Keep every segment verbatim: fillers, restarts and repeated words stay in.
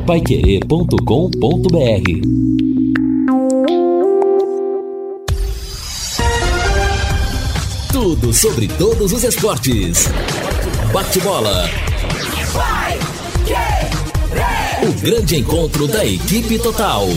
paiquerê ponto com ponto br. Tudo sobre todos os esportes. Bate-bola. O grande encontro da equipe total.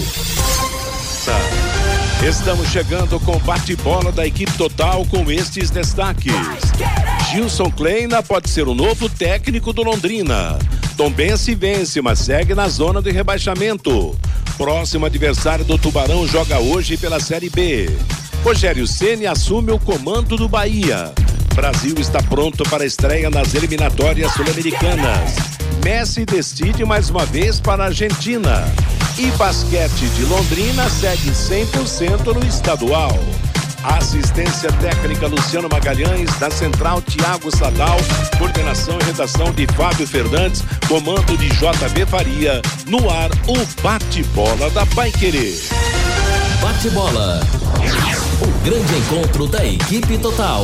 Estamos chegando com o bate-bola da equipe total com estes destaques. Gilson Kleina pode ser o novo técnico do Londrina. Tombense vence, mas segue na zona de rebaixamento. Próximo adversário do Tubarão joga hoje pela Série B. Rogério Ceni assume o comando do Bahia. Brasil está pronto para a estreia nas eliminatórias sul-americanas. Messi decide mais uma vez para a Argentina. E basquete de Londrina segue cem por cento no estadual. Assistência técnica Luciano Magalhães, da Central Tiago Sadal, coordenação e redação de Fábio Fernandes, comando de J B Faria. No ar, o bate-bola da Paiquerê. Bate-bola. O grande encontro da equipe total.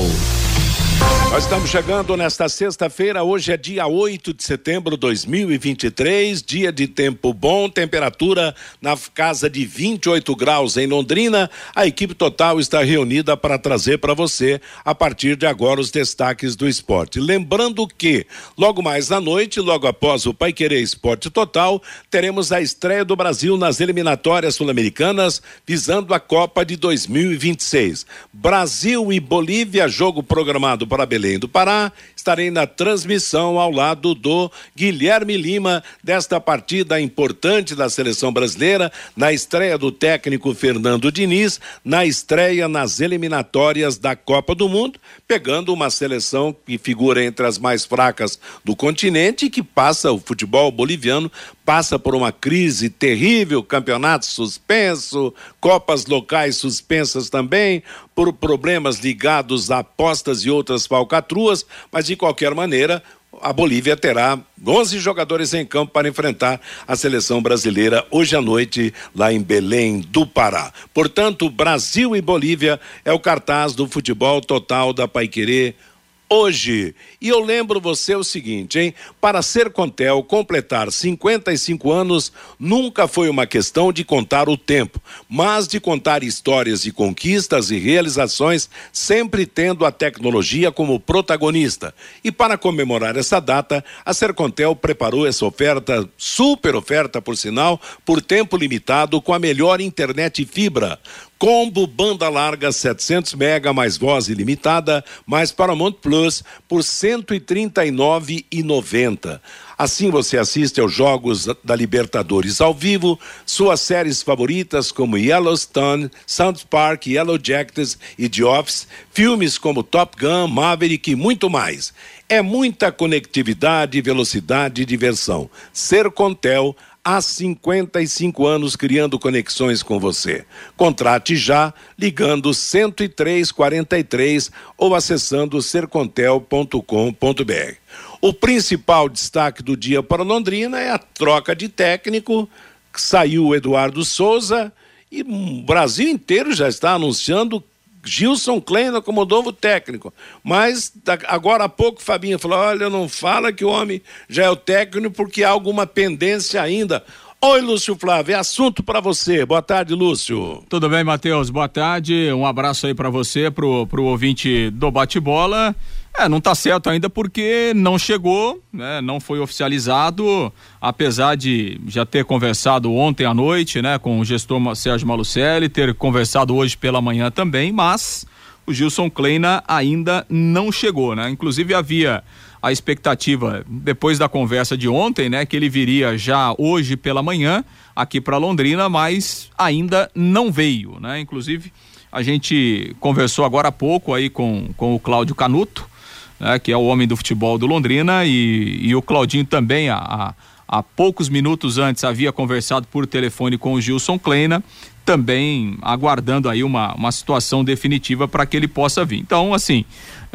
Nós estamos chegando nesta sexta-feira, hoje é dia oito de setembro de dois mil e vinte e três, dia de tempo bom, temperatura na casa de vinte e oito graus em Londrina. A equipe total está reunida para trazer para você, a partir de agora, os destaques do esporte. Lembrando que, logo mais à noite, logo após o Paiquerê Esporte Total, teremos a estreia do Brasil nas eliminatórias sul-americanas, visando a Copa de dois mil e vinte e seis. Brasil e Bolívia, jogo programado para Belém do Pará. Estarei na transmissão ao lado do Guilherme Lima desta partida importante da seleção brasileira, na estreia do técnico Fernando Diniz, na estreia nas eliminatórias da Copa do Mundo, pegando uma seleção que figura entre as mais fracas do continente e que passa, o futebol boliviano passa por uma crise terrível, campeonato suspenso, copas locais suspensas também, por problemas ligados a apostas e outras falcatruas, mas de qualquer maneira, a Bolívia terá onze jogadores em campo para enfrentar a seleção brasileira hoje à noite lá em Belém do Pará. Portanto, Brasil e Bolívia é o cartaz do futebol total da Paiquerê hoje. E eu lembro você o seguinte, hein? Para Sercontel completar cinquenta e cinco anos nunca foi uma questão de contar o tempo, mas de contar histórias de conquistas e realizações, sempre tendo a tecnologia como protagonista. E para comemorar essa data, a Sercontel preparou essa oferta, super oferta por sinal, por tempo limitado, com a melhor internet fibra. Combo banda larga setecentos mega mais voz ilimitada mais Paramount Plus por cento e trinta e nove reais e noventa centavos. Assim você assiste aos jogos da Libertadores ao vivo, suas séries favoritas como Yellowstone, South Park, Yellow Jackets e The Office, filmes como Top Gun, Maverick e muito mais. É muita conectividade, velocidade e diversão. Sercontel, há cinquenta e cinco anos criando conexões com você. Contrate já ligando cento e três quarenta e três ou acessando sercontel ponto com ponto br. O principal destaque do dia para Londrina é a troca de técnico. Saiu o Eduardo Souza e o Brasil inteiro já está anunciando Gilson Kleina como novo técnico, mas agora há pouco o Fabinho falou, olha, não fala que o homem já é o técnico porque há alguma pendência ainda. Oi, Lúcio Flávio, é assunto para você. Boa tarde, Lúcio. Tudo bem, Matheus? Boa tarde, um abraço aí para você, pro, pro ouvinte do Bate-Bola. É, não tá certo ainda porque não chegou, né? Não foi oficializado, apesar de já ter conversado ontem à noite, né? Com o gestor Sérgio Malucelli, ter conversado hoje pela manhã também, mas o Gilson Kleina ainda não chegou, né? Inclusive havia a expectativa, depois da conversa de ontem, né? Que ele viria já hoje pela manhã aqui para Londrina, mas ainda não veio, né? Inclusive a gente conversou agora há pouco aí com, com o Cláudio Canuto, né, que é o homem do futebol do Londrina, e, e o Claudinho também há, há poucos minutos antes havia conversado por telefone com o Gilson Kleina, também aguardando aí uma, uma situação definitiva para que ele possa vir. Então, assim,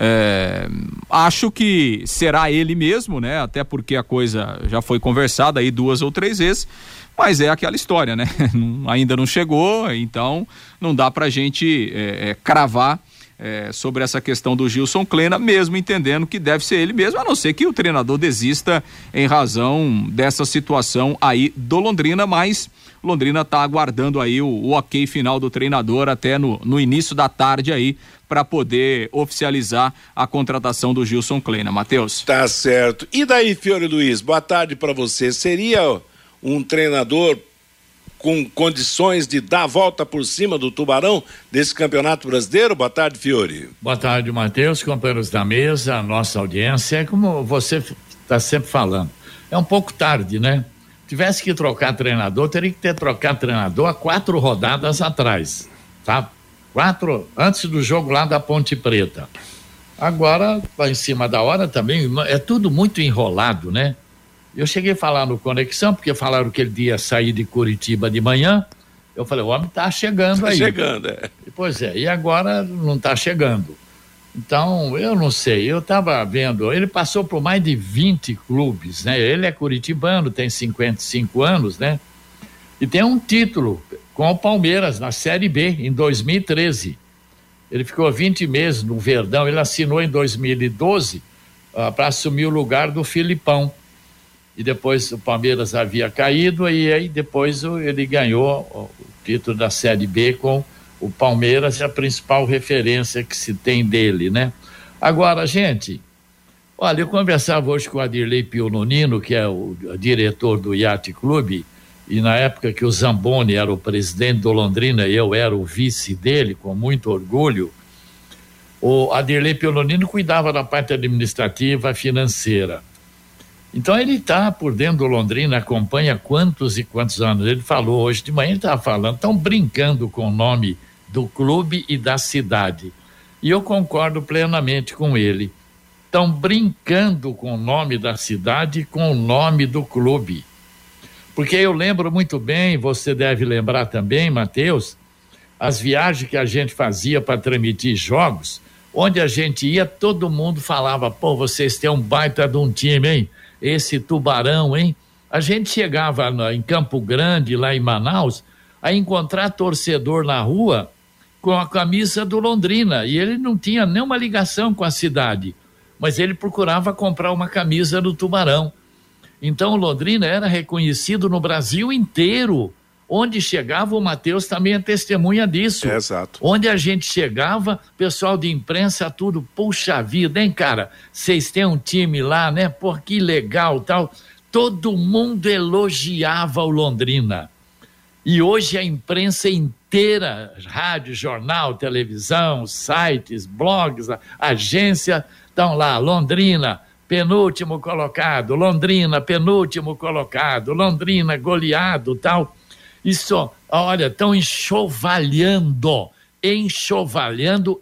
é, acho que será ele mesmo, né? Até porque a coisa já foi conversada aí duas ou três vezes, mas é aquela história, né? Ainda não chegou, então não dá pra gente é, é, cravar é, sobre essa questão do Gilson Kleina, mesmo entendendo que deve ser ele mesmo, a não ser que o treinador desista em razão dessa situação aí do Londrina, mas Londrina está aguardando aí o, o ok final do treinador até no, no início da tarde aí, para poder oficializar a contratação do Gilson Kleina. Matheus? Tá certo. E daí, Fiore Luiz, boa tarde para você. Seria um treinador com condições de dar a volta por cima do Tubarão desse Campeonato Brasileiro? Boa tarde, Fiore. Boa tarde, Matheus, companheiros da mesa, nossa audiência. É como você está sempre falando, é um pouco tarde, né? Tivesse que trocar treinador, teria que ter trocado treinador há quatro rodadas atrás, tá? Quatro, antes do jogo lá da Ponte Preta. Agora, em cima da hora também, é tudo muito enrolado, né? Eu cheguei a falar no Conexão, porque falaram que ele ia sair de Curitiba de manhã. Eu falei, o homem tá chegando aí. Tá chegando, é. Pois é, e agora não tá chegando. Então, eu não sei, eu tava vendo, ele passou por mais de vinte clubes, né? Ele é curitibano, tem cinquenta e cinco anos, né? E tem um título com o Palmeiras na Série B, em dois mil e treze. Ele ficou vinte meses no Verdão, ele assinou em dois mil e doze uh, para assumir o lugar do Filipão. E depois o Palmeiras havia caído, e aí depois ele ganhou o título da Série B com o Palmeiras, é a principal referência que se tem dele, né? Agora, gente, olha, eu conversava hoje com o Adirley Piononino, que é o diretor do Yacht Clube, e na época que o Zamboni era o presidente do Londrina e eu era o vice dele, com muito orgulho, o Adirley Piononino cuidava da parte administrativa, financeira. Então ele está por dentro do Londrina, acompanha quantos e quantos anos. Ele falou hoje de manhã, ele estava falando, estão brincando com o nome do clube e da cidade. E eu concordo plenamente com ele. Estão brincando com o nome da cidade e com o nome do clube. Porque eu lembro muito bem, você deve lembrar também, Matheus, as viagens que a gente fazia para transmitir jogos, onde a gente ia, todo mundo falava, pô, vocês têm um baita de um time, hein? Esse Tubarão, hein? A gente chegava na, em Campo Grande, lá em Manaus, a encontrar torcedor na rua com a camisa do Londrina, e ele não tinha nenhuma ligação com a cidade, mas ele procurava comprar uma camisa do Tubarão. Então o Londrina era reconhecido no Brasil inteiro. Onde chegava, o Matheus também é testemunha disso. É, exato. Onde a gente chegava, pessoal de imprensa, tudo, puxa vida, hein, cara? Vocês têm um time lá, né? Pô, que legal, tal. Todo mundo elogiava o Londrina. E hoje a imprensa inteira, rádio, jornal, televisão, sites, blogs, agência, estão lá, Londrina, penúltimo colocado, Londrina, penúltimo colocado, Londrina, goleado, tal. Isso, olha, estão enxovalhando, enxovalhando,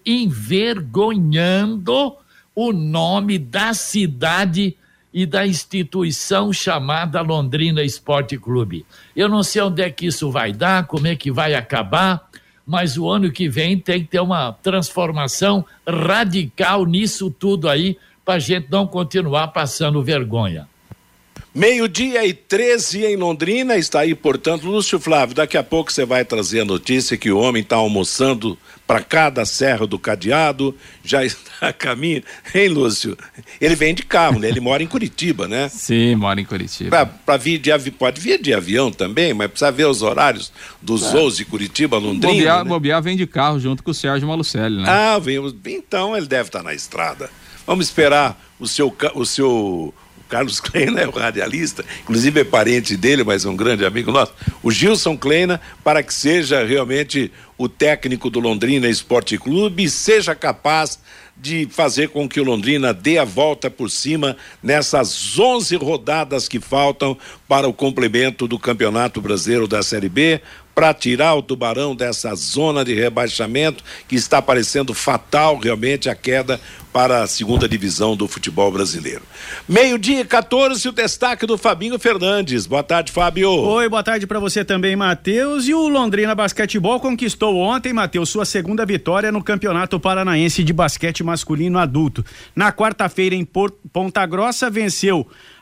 envergonhando o nome da cidade e da instituição chamada Londrina Esporte Clube. Eu não sei onde é que isso vai dar, como é que vai acabar, mas o ano que vem tem que ter uma transformação radical nisso tudo aí, para a gente não continuar passando vergonha. Meio-dia e treze em Londrina, está aí, portanto, Lúcio Flávio, daqui a pouco você vai trazer a notícia que o homem está almoçando para cada serra do cadeado, já está a caminho, hein, Lúcio? Ele vem de carro, né? Ele mora em Curitiba, né? Sim, mora em Curitiba. Pra, pra vir de avi... Pode vir de avião também, mas precisa ver os horários dos é. voos de Curitiba a Londrina. Bobear, né? Bobear vem de carro junto com o Sérgio Malucelli, né? Ah, vem, então ele deve estar na estrada. Vamos esperar o seu... O seu Carlos Kleina é o radialista, inclusive é parente dele, mas é um grande amigo nosso, o Gilson Kleina, para que seja realmente o técnico do Londrina Esporte Clube e seja capaz de fazer com que o Londrina dê a volta por cima nessas onze rodadas que faltam para o complemento do Campeonato Brasileiro da Série B, para tirar o Tubarão dessa zona de rebaixamento que está parecendo fatal realmente a queda para a segunda divisão do futebol brasileiro. Meio-dia e quatorze, o destaque do Fabinho Fernandes. Boa tarde, Fábio. Oi, boa tarde para você também, Matheus. E o Londrina Basquetebol conquistou ontem, Matheus, sua segunda vitória no Campeonato Paranaense de Basquete Masculino Adulto. Na quarta-feira, em Ponta Grossa, venceu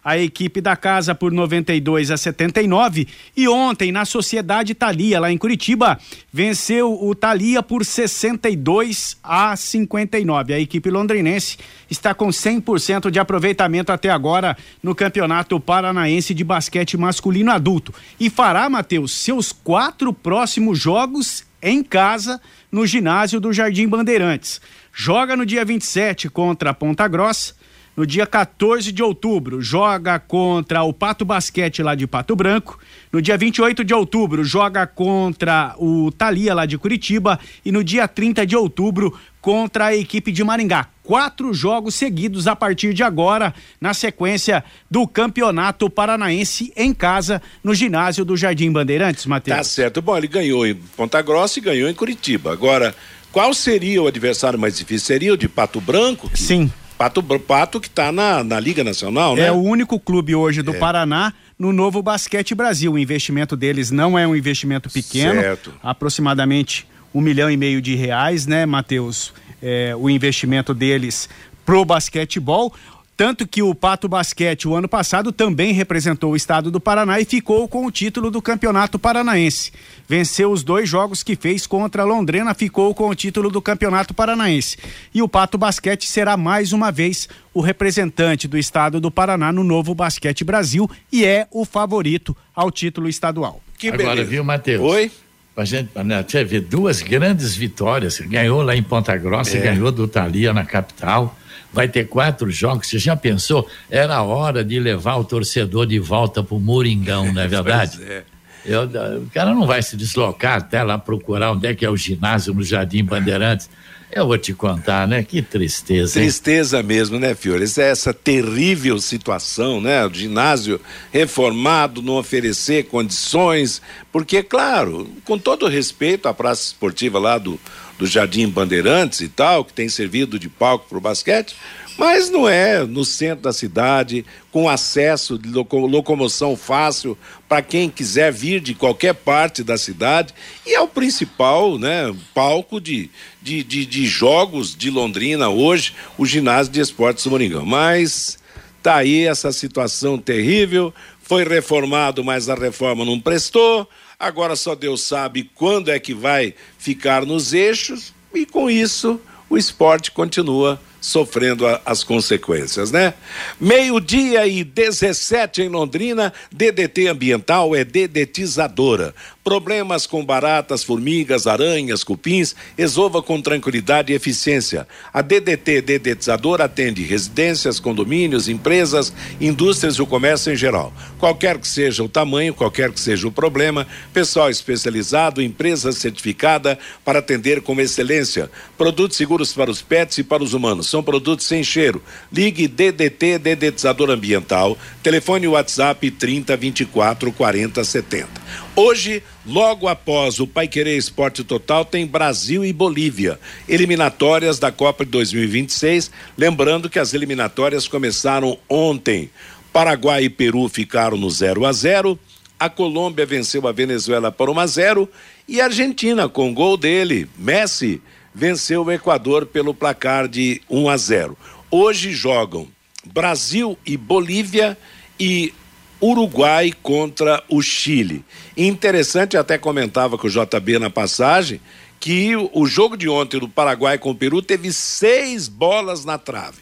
a equipe da casa por noventa e dois a setenta e nove. E ontem, na Sociedade Thalia, lá em Curitiba, venceu o Thalia por sessenta e dois a cinquenta e nove. A equipe londrinense está com cem por cento de aproveitamento até agora no Campeonato Paranaense de Basquete Masculino Adulto. E fará, Matheus, seus quatro próximos jogos em casa no ginásio do Jardim Bandeirantes. Joga no dia vinte e sete contra a Ponta Grossa. No dia quatorze de outubro, joga contra o Pato Basquete lá de Pato Branco. No dia vinte e oito de outubro, joga contra o Thalia lá de Curitiba. E no dia trinta de outubro, contra a equipe de Maringá. Quatro jogos seguidos a partir de agora, na sequência do Campeonato Paranaense em casa, no ginásio do Jardim Bandeirantes, Matheus. Tá certo. Bom, ele ganhou em Ponta Grossa e ganhou em Curitiba. Agora, qual seria o adversário mais difícil? Seria o de Pato Branco? Que... Sim. Pato, Pato que está na, na Liga Nacional, né? É o único clube hoje do é. Paraná no Novo Basquete Brasil. O investimento deles não é um investimento pequeno. Certo. Aproximadamente um milhão e meio de reais, né, Matheus? É, o investimento deles pro basquetebol. Tanto que o Pato Basquete, o ano passado, também representou o estado do Paraná e ficou com o título do Campeonato Paranaense. Venceu os dois jogos que fez contra a Londrina, ficou com o título do Campeonato Paranaense. E o Pato Basquete será mais uma vez o representante do estado do Paraná no Novo Basquete Brasil e é o favorito ao título estadual. Que Agora, beleza. Viu, Matheus? Oi? A gente, você vê duas grandes vitórias. Ganhou lá em Ponta Grossa, é. ganhou do Thalia na capital. Vai ter quatro jogos. Você já pensou? Era hora de levar o torcedor de volta pro Moringão, não é verdade? Pois é. Eu, o cara não vai se deslocar até lá procurar onde é que é o ginásio no Jardim Bandeirantes. Eu vou te contar, né? Que tristeza. Hein? Tristeza mesmo, né, Fiores? É essa terrível situação, né? O ginásio reformado, não oferecer condições, porque, claro, com todo respeito à praça esportiva lá do, do Jardim Bandeirantes e tal, que tem servido de palco para o basquete, mas não é no centro da cidade, com acesso de loco- locomoção fácil para quem quiser vir de qualquer parte da cidade, e é o principal, né, palco de, de, de, de jogos de Londrina hoje, o ginásio de esportes do Moringão. Mas tá aí essa situação terrível, foi reformado, mas a reforma não prestou, agora só Deus sabe quando é que vai ficar nos eixos, e com isso o esporte continua sofrendo a, as consequências, né? Meio-dia e dezessete em Londrina, D D T Ambiental é dedetizadora. Problemas com baratas, formigas, aranhas, cupins, resolva com tranquilidade e eficiência. A D D T Dedetizadora atende residências, condomínios, empresas, indústrias e o comércio em geral. Qualquer que seja o tamanho, qualquer que seja o problema, pessoal especializado, empresa certificada para atender com excelência. Produtos seguros para os pets e para os humanos. São produtos sem cheiro. Ligue D D T Dedetizador Ambiental. Telefone WhatsApp trinta, vinte e quatro, quarenta, setenta. Hoje, logo após o Paiquerê Esporte Total, tem Brasil e Bolívia, eliminatórias da Copa de dois mil e vinte e seis. Lembrando que as eliminatórias começaram ontem. Paraguai e Peru ficaram no zero a zero. A Colômbia venceu a Venezuela por um a zero. E a Argentina, com gol dele, Messi, venceu o Equador pelo placar de um a zero. Hoje jogam Brasil e Bolívia e Uruguai contra o Chile. Interessante, até comentava com o J B na passagem, que o, o jogo de ontem do Paraguai com o Peru teve seis bolas na trave.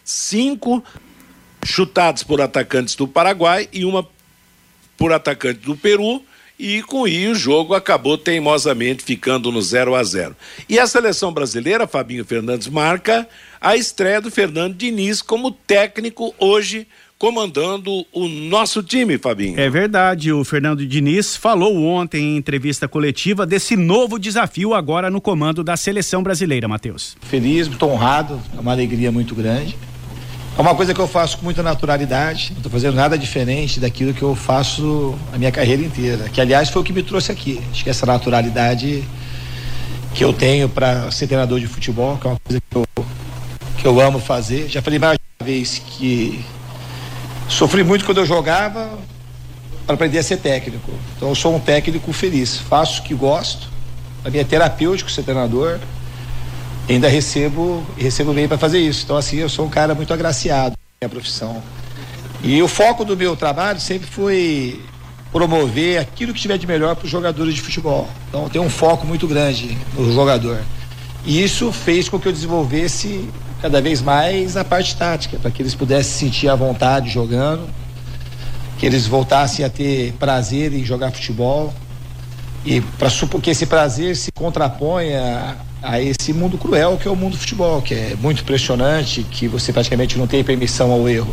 Cinco chutadas por atacantes do Paraguai e uma por atacante do Peru. E com isso o jogo acabou teimosamente ficando no zero a zero. E a seleção brasileira, Fabinho Fernandes, marca a estreia do Fernando Diniz como técnico hoje, comandando o nosso time, Fabinho. É verdade, o Fernando Diniz falou ontem em entrevista coletiva desse novo desafio agora no comando da seleção brasileira, Matheus. Feliz, muito honrado, é uma alegria muito grande. É uma coisa que eu faço com muita naturalidade, não estou fazendo nada diferente daquilo que eu faço a minha carreira inteira, que aliás foi o que me trouxe aqui. Acho que essa naturalidade que eu tenho para ser treinador de futebol, que é uma coisa que eu, que eu amo fazer. Já falei mais uma vez que sofri muito quando eu jogava para aprender a ser técnico. Então eu sou um técnico feliz, faço o que gosto, para mim é terapêutico ser treinador. Ainda recebo, recebo bem para fazer isso. Então, assim, eu sou um cara muito agraciado na minha profissão. E o foco do meu trabalho sempre foi promover aquilo que tiver de melhor para os jogadores de futebol. Então tem um foco muito grande no jogador. E isso fez com que eu desenvolvesse cada vez mais a parte tática, para que eles pudessem sentir a vontade jogando, que eles voltassem a ter prazer em jogar futebol, e para supor que esse prazer se contraponha a, a esse mundo cruel que é o mundo do futebol, que é muito impressionante, que você praticamente não tem permissão ao erro.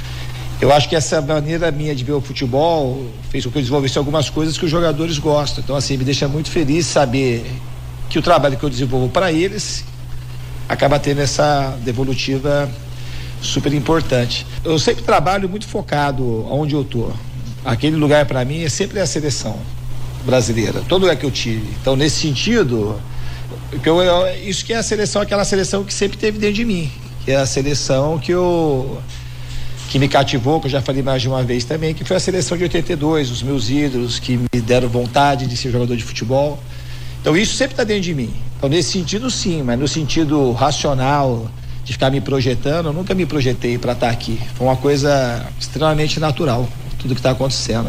Eu acho que essa maneira minha de ver o futebol fez com que eu desenvolvesse algumas coisas que os jogadores gostam. Então, assim, me deixa muito feliz saber que o trabalho que eu desenvolvo para eles acaba tendo essa devolutiva super importante. Eu sempre trabalho muito focado onde eu tô. Aquele lugar para mim é sempre a seleção brasileira, todo lugar que eu tive. Então, nesse sentido, eu, eu, isso que é a seleção, aquela seleção que sempre teve dentro de mim, que é a seleção que eu que me cativou, que eu já falei mais de uma vez também, que foi a seleção de oitenta e dois, os meus ídolos que me deram vontade de ser jogador de futebol. Então isso sempre está dentro de mim. Então nesse sentido sim, mas no sentido racional de ficar me projetando, eu nunca me projetei para estar aqui. Foi uma coisa extremamente natural, tudo que está acontecendo.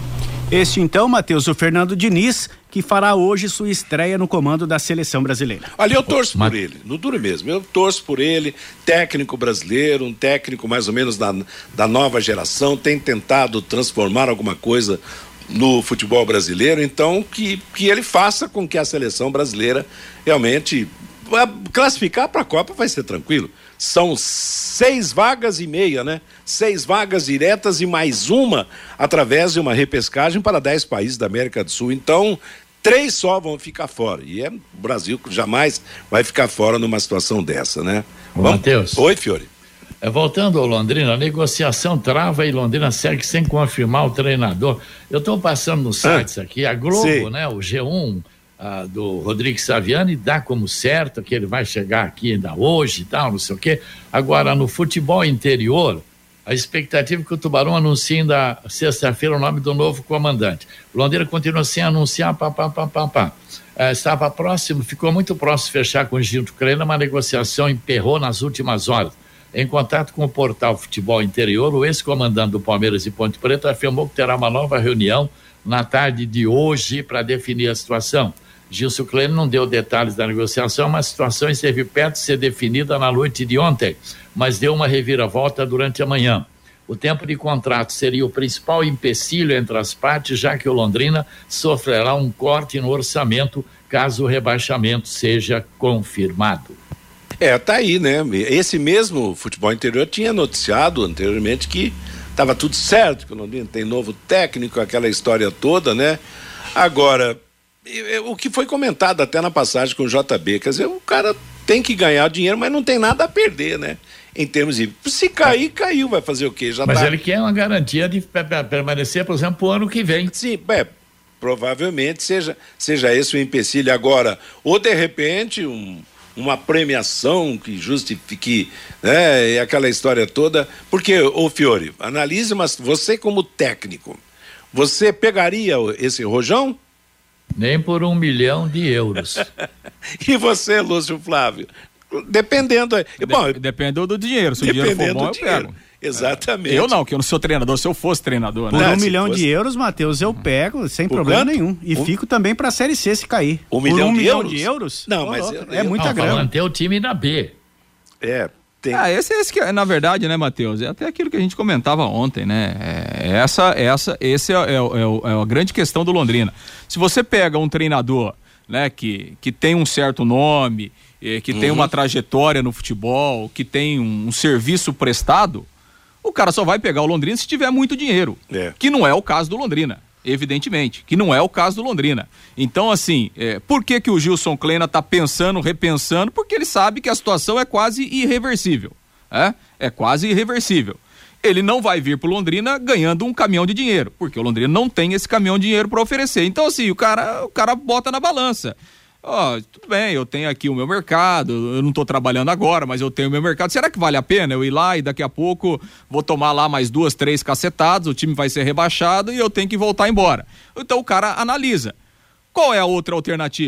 Este então, Matheus, o Fernando Diniz, que fará hoje sua estreia no comando da seleção brasileira. Ali eu torço por ele, no duro mesmo, eu torço por ele, técnico brasileiro, um técnico mais ou menos da, da nova geração, tem tentado transformar alguma coisa no futebol brasileiro, então que, que ele faça com que a seleção brasileira realmente classificar para a Copa vai ser tranquilo. São seis vagas e meia, né? Seis vagas diretas e mais uma através de uma repescagem para dez países da América do Sul. Então, três só vão ficar fora. E é o Brasil que jamais vai ficar fora numa situação dessa, né? Matheus. Oi, Fiore. É, voltando ao Londrina, a negociação trava e Londrina segue sem confirmar o treinador. Eu estou passando nos sites ah, aqui, a Globo, sim. né? O G um. Ah, do Rodrigo Saviani dá como certo que ele vai chegar aqui ainda hoje e tal, não sei o quê. Agora, no futebol interior, a expectativa é que o Tubarão anuncie ainda sexta-feira o nome do novo comandante. O Londrina continua sem anunciar, pá, pá, pá, pá, pá. Ah, estava próximo, ficou muito próximo de fechar com o Gilto Kleina, uma negociação emperrou nas últimas horas. Em contato com o portal Futebol Interior, o ex-comandante do Palmeiras de Ponte Preta afirmou que terá uma nova reunião na tarde de hoje para definir a situação. Gilson Kleina não deu detalhes da negociação, mas a situação esteve perto de ser definida na noite de ontem, mas deu uma reviravolta durante a manhã. O tempo de contrato seria o principal empecilho entre as partes, já que o Londrina sofrerá um corte no orçamento caso o rebaixamento seja confirmado. É, tá aí, né? Esse mesmo Futebol Interior tinha noticiado anteriormente que estava tudo certo, que o Londrina tem novo técnico, aquela história toda, né? Agora, o que foi comentado até na passagem com o J B, quer dizer, o cara tem que ganhar dinheiro, mas não tem nada a perder, né? Em termos de, se cair, caiu, vai fazer o quê? Já mas tá... ele quer uma garantia de permanecer, por exemplo, pro ano que vem. Sim, é, provavelmente seja, seja esse o empecilho agora, ou de repente um, uma premiação que justifique, né, aquela história toda, porque, ô Fiore, analise, mas você como técnico, você pegaria esse Rojão? Nem por um milhão de euros. E você, Lúcio Flávio? Dependendo. De, bom, depende do dinheiro. Se o dinheiro for bom, eu pego. Exatamente. Eu não, que eu não sou treinador. Se eu fosse treinador, por né? um milhão fosse... de euros, Matheus, eu pego sem por problema quanto? nenhum. E um... fico também pra Série C se cair. Um por milhão um de milhão euros? de euros? Não, oh, mas oh, eu, é muita não, grana. Pra manter o time na B. É. Tem... Ah, esse, esse que, na verdade, né, Matheus, é até aquilo que a gente comentava ontem, né? É, essa, essa, esse é, é, é, é a grande questão do Londrina. Se você pega um treinador, né, que, que tem um certo nome, é, que uhum. tem uma trajetória no futebol, que tem um, um serviço prestado, o cara só vai pegar o Londrina se tiver muito dinheiro, é. que não é o caso do Londrina. Evidentemente, que não é o caso do Londrina. Então, assim, é, por que que o Gilson Kleina tá pensando, repensando? Porque ele sabe que a situação é quase irreversível. É, é quase irreversível. Ele não vai vir pro Londrina ganhando um caminhão de dinheiro, porque o Londrina não tem esse caminhão de dinheiro para oferecer. Então, assim, o cara, o cara bota na balança. Ó, oh, tudo bem, eu tenho aqui o meu mercado, eu não tô trabalhando agora, mas eu tenho o meu mercado. Será que vale a pena eu ir lá e daqui a pouco vou tomar lá mais duas, três cacetadas, o time vai ser rebaixado e eu tenho que voltar embora? Então o cara analisa. Qual é a outra alternativa?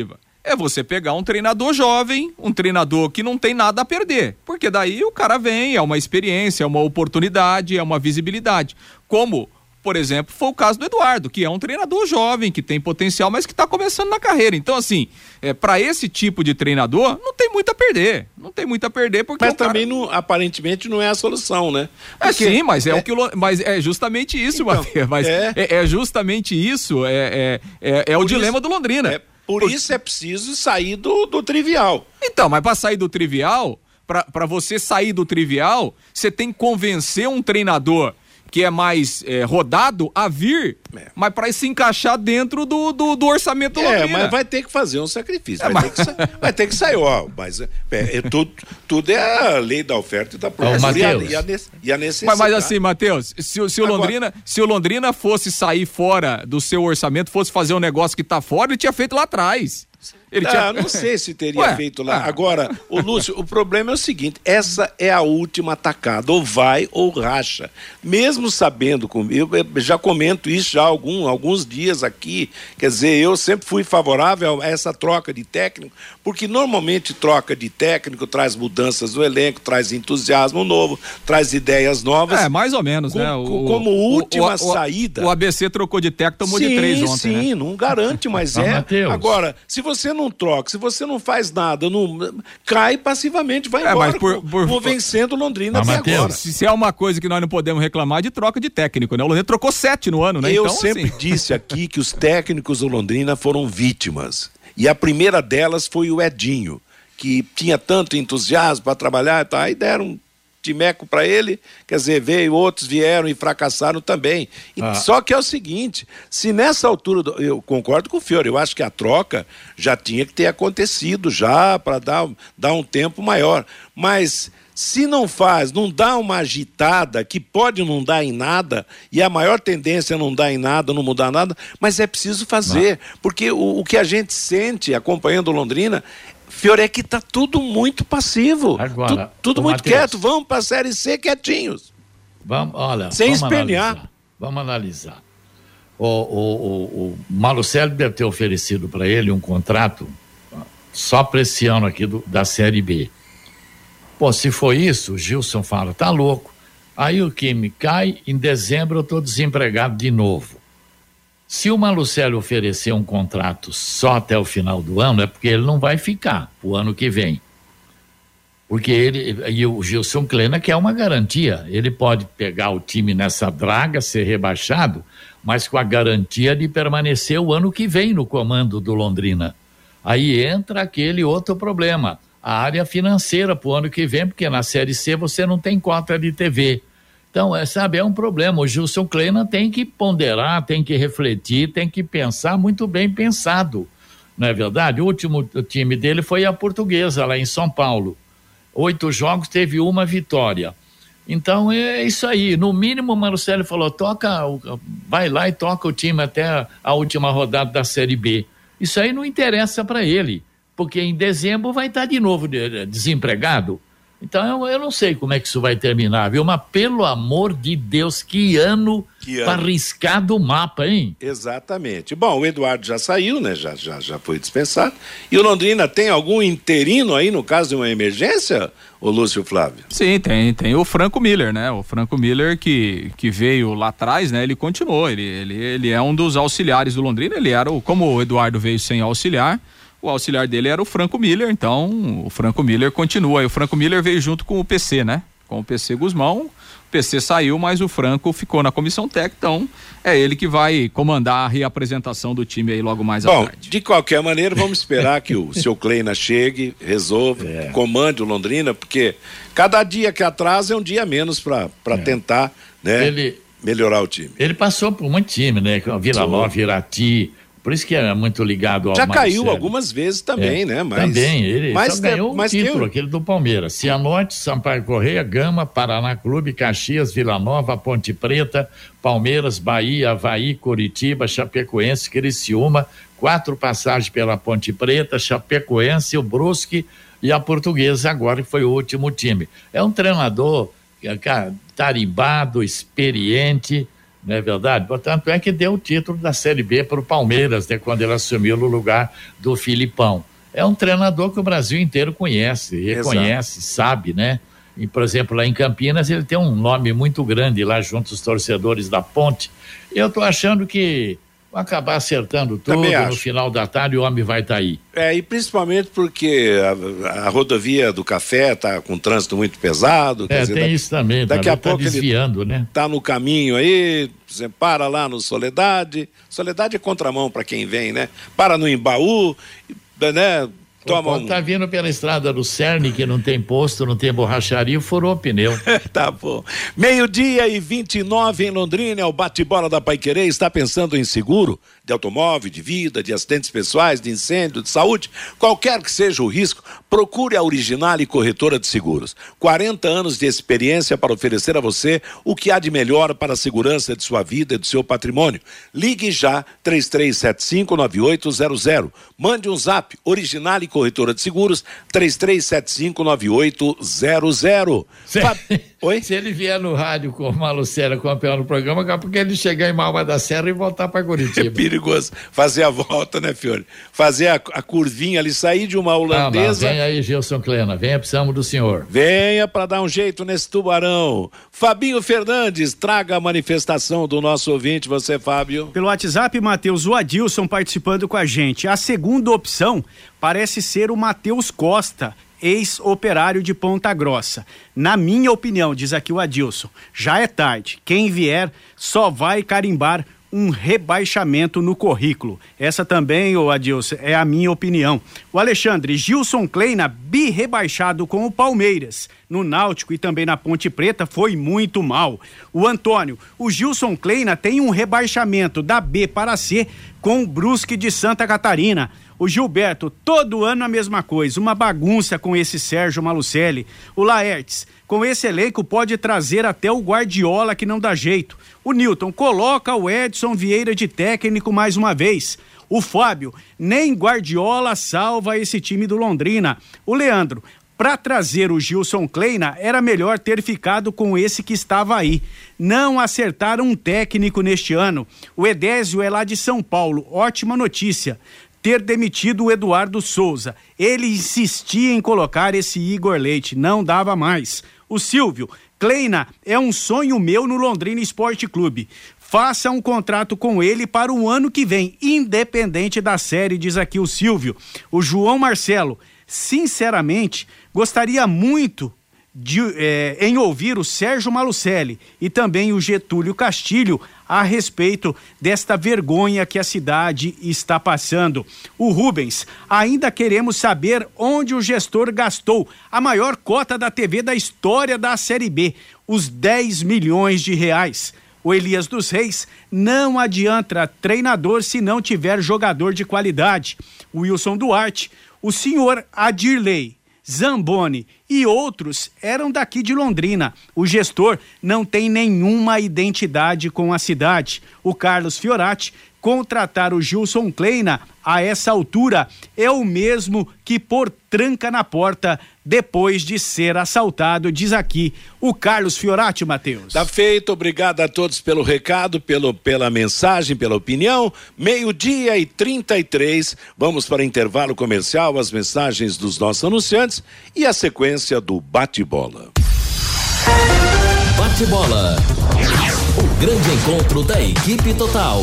é você pegar um treinador jovem, um treinador que não tem nada a perder, porque daí o cara vem, é uma experiência, é uma oportunidade, é uma visibilidade. Como, por exemplo, foi o caso do Eduardo, que é um treinador jovem, que tem potencial, mas que está começando na carreira. Então, assim, é, para esse tipo de treinador, não tem muito a perder. Não tem muito a perder, porque Mas o cara... também, não, aparentemente, não é a solução, né? É Porque sim, mas é, é... o que o, mas é justamente isso, Então, Matheus. Mas é... É, é justamente isso, é, é, é, é o dilema isso, do Londrina. É, por, por isso é preciso sair do, do trivial. Então, mas para sair do trivial, para você sair do trivial, você tem que convencer um treinador que é mais é, rodado a vir, é. mas para se encaixar dentro do, do, do orçamento do Londrina. É, mas vai ter que fazer um sacrifício, é, vai, mas... ter que sa... vai ter que sair, ó, mas é, é, tudo, tudo é a lei da oferta e da procura, e, a, e, a, e a necessidade. Mas, mas assim, Matheus, se, se, o Agora... Londrina, se o Londrina fosse sair fora do seu orçamento, fosse fazer um negócio que tá fora, ele tinha feito lá atrás. Ele ah, tinha... Não sei se teria Ué, feito lá. ah. Agora, o Lúcio, o problema é o seguinte, essa é a última atacada, ou vai ou racha. Mesmo sabendo, eu já comento isso já há algum, alguns dias aqui, quer dizer, eu sempre fui favorável a essa troca de técnico, porque normalmente troca de técnico traz mudanças no elenco, traz entusiasmo novo, traz ideias novas. É, mais ou menos, com, né? O, como última o, o, saída. O A B C trocou de técnico, tomou sim, de três ontem, Sim, né? não garante, mas é. Mateus. Agora, se você não troca, se você não faz nada, não, cai passivamente, vai é, embora, mas por, por, por, vencendo Londrina mas, até Mateus, agora. Se, se é uma coisa que nós não podemos reclamar de troca de técnico, né? O Londrina trocou sete no ano, né? Eu então, sempre assim... disse aqui que os técnicos do Londrina foram vítimas. E a primeira delas foi o Edinho, que tinha tanto entusiasmo para trabalhar e tal, aí deram um timeco para ele, quer dizer, veio, outros vieram e fracassaram também. E, ah. Só que é o seguinte, se nessa altura, do, eu concordo com o Fiore, eu acho que a troca já tinha que ter acontecido já para dar, dar um tempo maior, mas se não faz, não dá uma agitada, que pode não dar em nada, e a maior tendência é não dar em nada, não mudar nada, mas é preciso fazer, não. porque o, o que a gente sente acompanhando Londrina, Fiore, é que está tudo muito passivo, Agora, tu, tudo muito Mateus, quieto, vamos para a Série C quietinhos. Vamos, olha, sem vamos espernear. Analisar, vamos analisar. O, o, o, o Malucelli deve ter oferecido para ele um contrato só para esse ano aqui do, da Série B. Pô, se foi isso, o Gilson fala, tá louco. Aí o time cai, em dezembro eu estou desempregado de novo. Se o Malucelli oferecer um contrato só até o final do ano, é porque ele não vai ficar o ano que vem. Porque ele, e o Gilson Kleina quer uma garantia. Ele pode pegar o time nessa draga, ser rebaixado, mas com a garantia de permanecer o ano que vem no comando do Londrina. Aí entra aquele outro problema, a área financeira para o ano que vem, porque na Série C você não tem cota de T V. Então, é, sabe, é um problema. O Gilson Kleina tem que ponderar, tem que refletir, tem que pensar muito bem pensado. Não é verdade? O último time dele foi a Portuguesa, lá em São Paulo. Oito jogos, teve uma vitória. Então, é isso aí. No mínimo, o Marcelo falou, toca, vai lá e toca o time até a última rodada da Série B. Isso aí não interessa para ele, porque em dezembro vai estar de novo desempregado. Então, eu, eu não sei como é que isso vai terminar, viu? Mas, pelo amor de Deus, que ano, que ano. Para riscar do mapa, hein? Exatamente. Bom, o Eduardo já saiu, né? Já, já, já foi dispensado. E o Londrina tem algum interino aí, no caso de uma emergência, ô Lúcio Flávio? Sim, tem. Tem o Franco Miller, né? O Franco Miller que, que veio lá atrás, né? Ele continuou. Ele, ele, ele é um dos auxiliares do Londrina. Ele era, o, como o Eduardo veio sem auxiliar, o auxiliar dele era o Franco Miller, então o Franco Miller continua. E o Franco Miller veio junto com o P C, né? Com o P C Guzmão. O P C saiu, mas o Franco ficou na comissão técnica, então é ele que vai comandar a reapresentação do time aí logo mais Bom, à tarde. De qualquer maneira, vamos esperar que o seu Kleina chegue, resolva, é. comande o Londrina, porque cada dia que atrasa é um dia menos para é. tentar, né, ele, melhorar o time. Ele passou por muito time, né? Vila Nova, Irati. Por isso que é muito ligado ao Já Marcelo. caiu algumas vezes também, é, né? Mas, também, ele mas só ganhou mas o título, tem... aquele do Palmeiras. Cianorte, Sampaio Correia, Gama, Paraná Clube, Caxias, Vila Nova, Ponte Preta, Palmeiras, Bahia, Avaí, Curitiba, Chapecoense, Criciúma, quatro passagens pela Ponte Preta, Chapecoense, o Brusque e a Portuguesa agora, que foi o último time. É um treinador, cara, tarimbado, experiente, não é verdade? Portanto, é que deu o título da Série B para o Palmeiras, né, quando ele assumiu no lugar do Filipão. é um treinador que o Brasil inteiro conhece, reconhece, Exato. sabe, né? E, por exemplo, lá em Campinas ele tem um nome muito grande lá junto aos torcedores da Ponte. Eu tô achando que vai acabar acertando tudo, no final da tarde o homem vai estar tá aí. É, e principalmente porque a, a rodovia do Café tá com trânsito muito pesado. É, dizer, tem daqui, isso também. Daqui a tá pouco desviando, ele né? tá no caminho aí, você para lá no Soledade, Soledade é contramão para quem vem, né? Para no Embaú, né? Toma um... Tá vindo pela estrada do Cerne, que não tem posto, não tem borracharia, furou o pneu. Tá bom. Meio-dia e vinte e nove em Londrina, o bate-bola da Paiquerê. Está pensando em seguro de automóvel, de vida, de acidentes pessoais, de incêndio, de saúde? Qualquer que seja o risco, procure a Originale Corretora de Seguros. quarenta anos de experiência para oferecer a você o que há de melhor para a segurança de sua vida e do seu patrimônio. Ligue já, três três sete cinco, nove oito zero zero. Mande um zap, Originale Corretora de Seguros, três três sete cinco, nove oito zero zero. Se, Fa... Oi? Se ele vier no rádio com o Malucera campeão no programa, é porque ele chegar em Malva da Serra e voltar para Curitiba. É perigoso fazer a volta, né, Fiore? Fazer a, a curvinha ali, sair de uma holandesa. Não, não. Vem aí, Gilson Klena, venha, precisamos do senhor. Venha para dar um jeito nesse tubarão. Fabinho Fernandes, traga a manifestação do nosso ouvinte, você, Fábio. Pelo WhatsApp, Matheus, o Adilson participando com a gente. A segunda opção parece ser o Matheus Costa, ex-operário de Ponta Grossa. Na minha opinião, diz aqui o Adilson, já é tarde. Quem vier só vai carimbar um rebaixamento no currículo. Essa também, ô Adilson, é a minha opinião. O Alexandre, Gilson Kleina, bi-rebaixado com o Palmeiras. No Náutico e também na Ponte Preta foi muito mal. O Antônio, o Gilson Kleina tem um rebaixamento da B para C com o Brusque de Santa Catarina. O Gilberto, todo ano a mesma coisa, uma bagunça com esse Sérgio Malucelli. O Laertes, com esse elenco pode trazer até o Guardiola que não dá jeito. O Newton, coloca o Edson Vieira de técnico mais uma vez. O Fábio, nem Guardiola salva esse time do Londrina. O Leandro, para trazer o Gilson Kleina, era melhor ter ficado com esse que estava aí. Não acertaram um técnico neste ano. O Edésio é lá de São Paulo, ótima notícia. Ter demitido o Eduardo Souza. Ele insistia em colocar esse Igor Leite, não dava mais. O Silvio, Kleina é um sonho meu no Londrina Esporte Clube. Faça um contrato com ele para o ano que vem, independente da série, diz aqui o Silvio. O João Marcelo, sinceramente, gostaria muito de, eh, em ouvir o Sérgio Malucelli e também o Getúlio Castilho a respeito desta vergonha que a cidade está passando. O Rubens, ainda queremos saber onde o gestor gastou a maior cota da T V da história da Série B, os dez milhões de reais. O Elias dos Reis, não adianta treinador se não tiver jogador de qualidade. O Wilson Duarte, o senhor Adirley, Zamboni e outros eram daqui de Londrina. O gestor não tem nenhuma identidade com a cidade. O Carlos Fiorati, contratar o Gilson Kleina a essa altura é o mesmo que pôr tranca na porta depois de ser assaltado, diz aqui o Carlos Fiorati, Matheus. Tá feito, obrigado a todos pelo recado, pelo, pela mensagem, pela opinião. Meio-dia e trinta e três, vamos para intervalo comercial, as mensagens dos nossos anunciantes e a sequência do bate-bola. Bate-bola, o grande encontro da equipe total.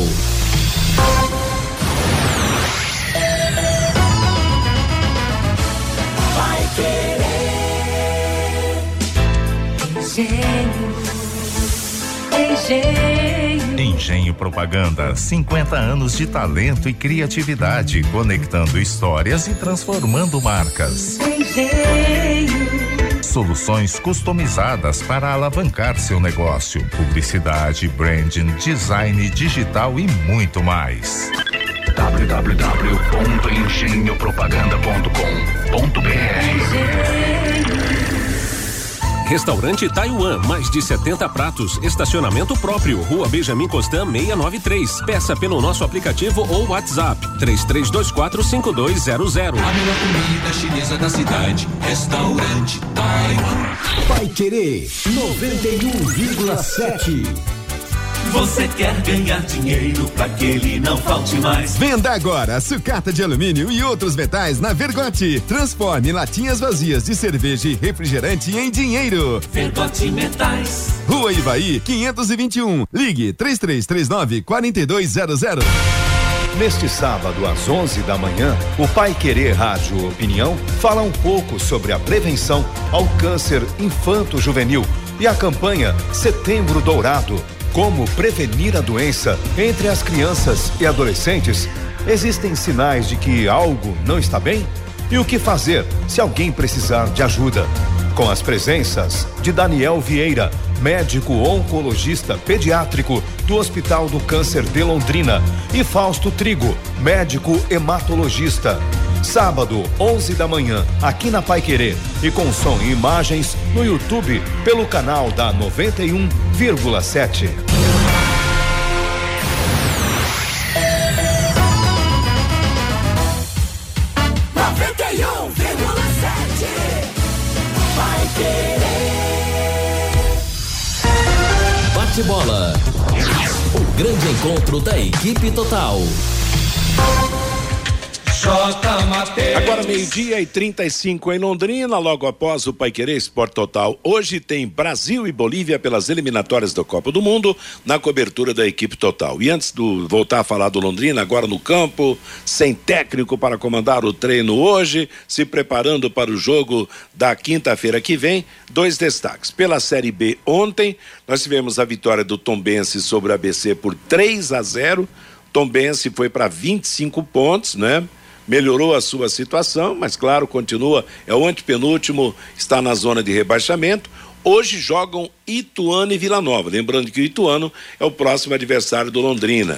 Vai querer Engenho, Engenho. Engenho Propaganda, cinquenta anos de talento e criatividade, conectando histórias e transformando marcas. Engenho. Soluções customizadas para alavancar seu negócio, publicidade, branding, design digital e muito mais. w w w ponto engenho propaganda ponto com ponto b r. Restaurante Taiwan, mais de setenta pratos, estacionamento próprio, Rua Benjamin Constant seiscentos e noventa e três. Peça pelo nosso aplicativo ou WhatsApp três três dois quatro cinco dois zero zero. A melhor comida chinesa da cidade, Restaurante Taiwan. Vai querer noventa e um vírgula sete. Você quer ganhar dinheiro pra que ele não falte mais. Venda agora sucata de alumínio e outros metais na Vergote. Transforme latinhas vazias de cerveja e refrigerante em dinheiro. Vergote Metais. Rua Ivaí, quinhentos e vinte e um. Ligue três três três nove, quatro dois zero zero. Neste sábado, às onze da manhã, o Pai Querer Rádio Opinião fala um pouco sobre a prevenção ao câncer infanto-juvenil e a campanha Setembro Dourado. Como prevenir a doença entre as crianças e adolescentes? Existem sinais de que algo não está bem? E o que fazer se alguém precisar de ajuda? Com as presenças de Daniel Vieira, médico oncologista pediátrico do Hospital do Câncer de Londrina, e Fausto Trigo, médico hematologista. Sábado, onze da manhã, aqui na Pai Querer, e com som e imagens no YouTube, pelo canal da noventa e um vírgula sete. noventa e um vírgula sete Pai Querer. Bate bola. O grande encontro da equipe total. Agora meio-dia e trinta e cinco em Londrina, logo após o Paiquerê Esporte Total. Hoje tem Brasil e Bolívia pelas eliminatórias da Copa do Mundo, na cobertura da equipe total. E antes de voltar a falar do Londrina, agora no campo, sem técnico para comandar o treino hoje, se preparando para o jogo da quinta-feira que vem, dois destaques. Pela Série B ontem, nós tivemos a vitória do Tombense sobre o A B C por três a zero. Tombense foi para vinte e cinco pontos, né? Melhorou a sua situação, mas claro, continua, é o antepenúltimo, está na zona de rebaixamento. Hoje jogam Ituano e Vila Nova, lembrando que o Ituano é o próximo adversário do Londrina.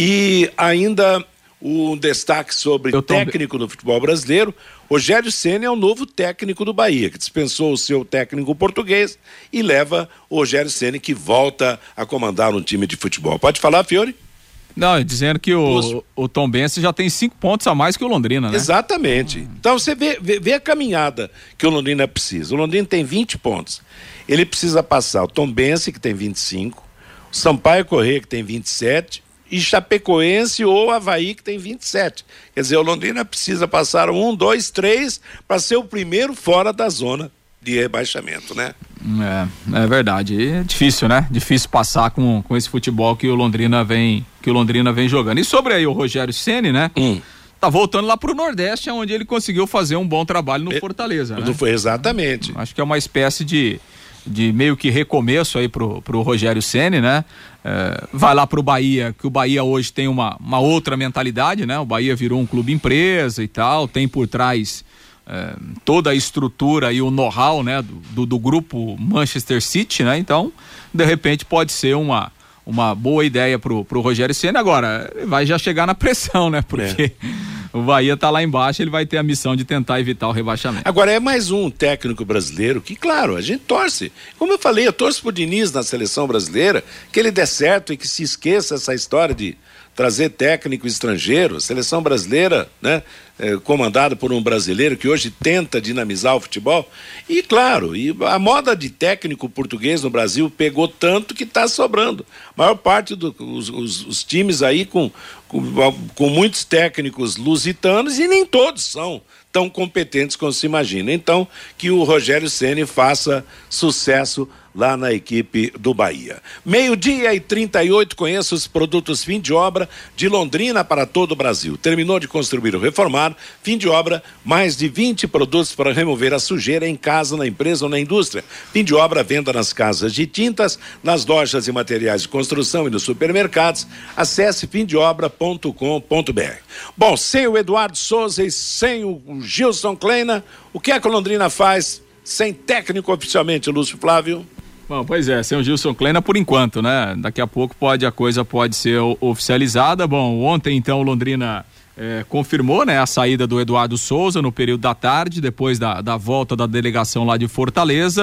E ainda um destaque sobre o técnico do futebol brasileiro. Rogério Ceni é o novo técnico do Bahia, que dispensou o seu técnico português e leva o Rogério Ceni, que volta a comandar um time de futebol. Pode falar, Fiore? Não, dizendo que o, o Tombense já tem cinco pontos a mais que o Londrina, né? Exatamente. Então você vê, vê, vê a caminhada que o Londrina precisa. O Londrina tem vinte pontos. Ele precisa passar o Tombense, que tem vinte e cinco, o Sampaio Corrêa, que tem vinte e sete, e Chapecoense ou Avaí, que tem vinte e sete. Quer dizer, o Londrina precisa passar um, dois, três para ser o primeiro fora da zona de rebaixamento, né? É, é verdade. É difícil, né? Difícil passar com, com esse futebol que o Londrina vem, que o Londrina vem jogando. E sobre aí o Rogério Ceni, né? Hum. Tá voltando lá pro Nordeste, onde ele conseguiu fazer um bom trabalho no é, Fortaleza, né? Foi exatamente. Acho que é uma espécie de, de meio que recomeço aí pro, pro Rogério Ceni, né? É, vai lá pro Bahia, que o Bahia hoje tem uma, uma outra mentalidade, né? O Bahia virou um clube empresa e tal, tem por trás É, toda a estrutura e o know-how, né, do, do, do grupo Manchester City, né? Então, de repente pode ser uma, uma boa ideia pro, pro Rogério Ceni. Agora, ele vai já chegar na pressão, né? Porque é. o Bahia tá lá embaixo, ele vai ter a missão de tentar evitar o rebaixamento. Agora, é mais um técnico brasileiro que, claro, a gente torce. Como eu falei, eu torço pro Diniz na seleção brasileira, que ele dê certo e que se esqueça essa história de trazer técnico estrangeiro. A seleção brasileira, né, é, comandada por um brasileiro que hoje tenta dinamizar o futebol. E claro, e a moda de técnico português no Brasil pegou tanto que está sobrando. A maior parte dos do, os, os times aí com, com, com muitos técnicos lusitanos, e nem todos são tão competentes como se imagina. Então, que o Rogério Ceni faça sucesso lá na equipe do Bahia. Meio-dia e trinta e oito, conheça os produtos fim de obra de Londrina para todo o Brasil. Terminou de construir ou reformar, fim de obra, mais de vinte produtos para remover a sujeira em casa, na empresa ou na indústria. Fim de obra, venda nas casas de tintas, nas lojas e materiais de construção e nos supermercados. Acesse fim de obra ponto com ponto b r. Bom, sem o Eduardo Souza e sem o Gilson Kleina, o que é que o Londrina faz sem técnico oficialmente, Lúcio Flávio? Bom, pois é, sem o Gilson Kleina por enquanto, né? Daqui a pouco pode, a coisa pode ser oficializada. Bom, ontem então o Londrina é, confirmou, né, a saída do Eduardo Souza no período da tarde, depois da, da volta da delegação lá de Fortaleza.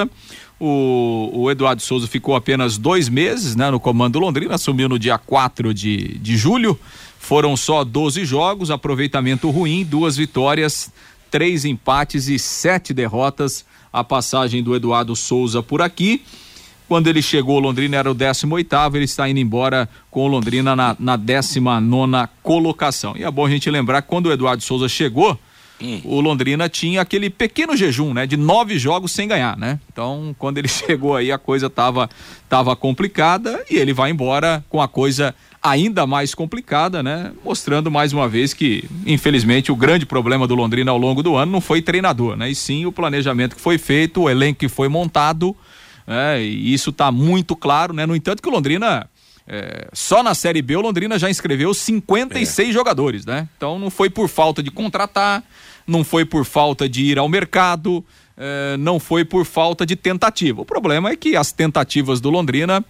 O, o Eduardo Souza ficou apenas dois meses, né, no comando do Londrina, assumiu no dia quatro de, de julho. Foram só doze jogos, aproveitamento ruim, duas vitórias, três empates e sete derrotas. A passagem do Eduardo Souza por aqui. Quando ele chegou, o Londrina era o décimo oitavo, ele está indo embora com o Londrina na, na décima nona colocação. E é bom a gente lembrar que quando o Eduardo Souza chegou, hum. o Londrina tinha aquele pequeno jejum, né? De nove jogos sem ganhar, né? Então, quando ele chegou aí, a coisa tava, tava complicada e ele vai embora com a coisa ainda mais complicada, né? Mostrando mais uma vez que, infelizmente, o grande problema do Londrina ao longo do ano não foi treinador, né? E sim o planejamento que foi feito, o elenco que foi montado, né? E isso tá muito claro, né? No entanto que o Londrina, é, só na Série B o Londrina já inscreveu cinquenta e seis é. jogadores, né? Então não foi por falta de contratar, não foi por falta de ir ao mercado, é, não foi por falta de tentativa. O problema é que as tentativas do Londrina,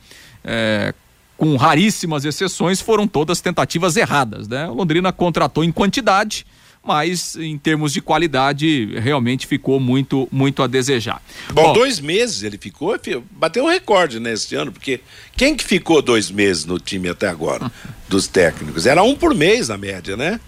é, com raríssimas exceções, foram todas tentativas erradas, né? O Londrina contratou em quantidade, mas em termos de qualidade realmente ficou muito, muito a desejar. Bom, Bom dois meses ele ficou, bateu um recorde nesse ano, porque quem que ficou dois meses no time até agora, dos técnicos? Era um por mês na média, né?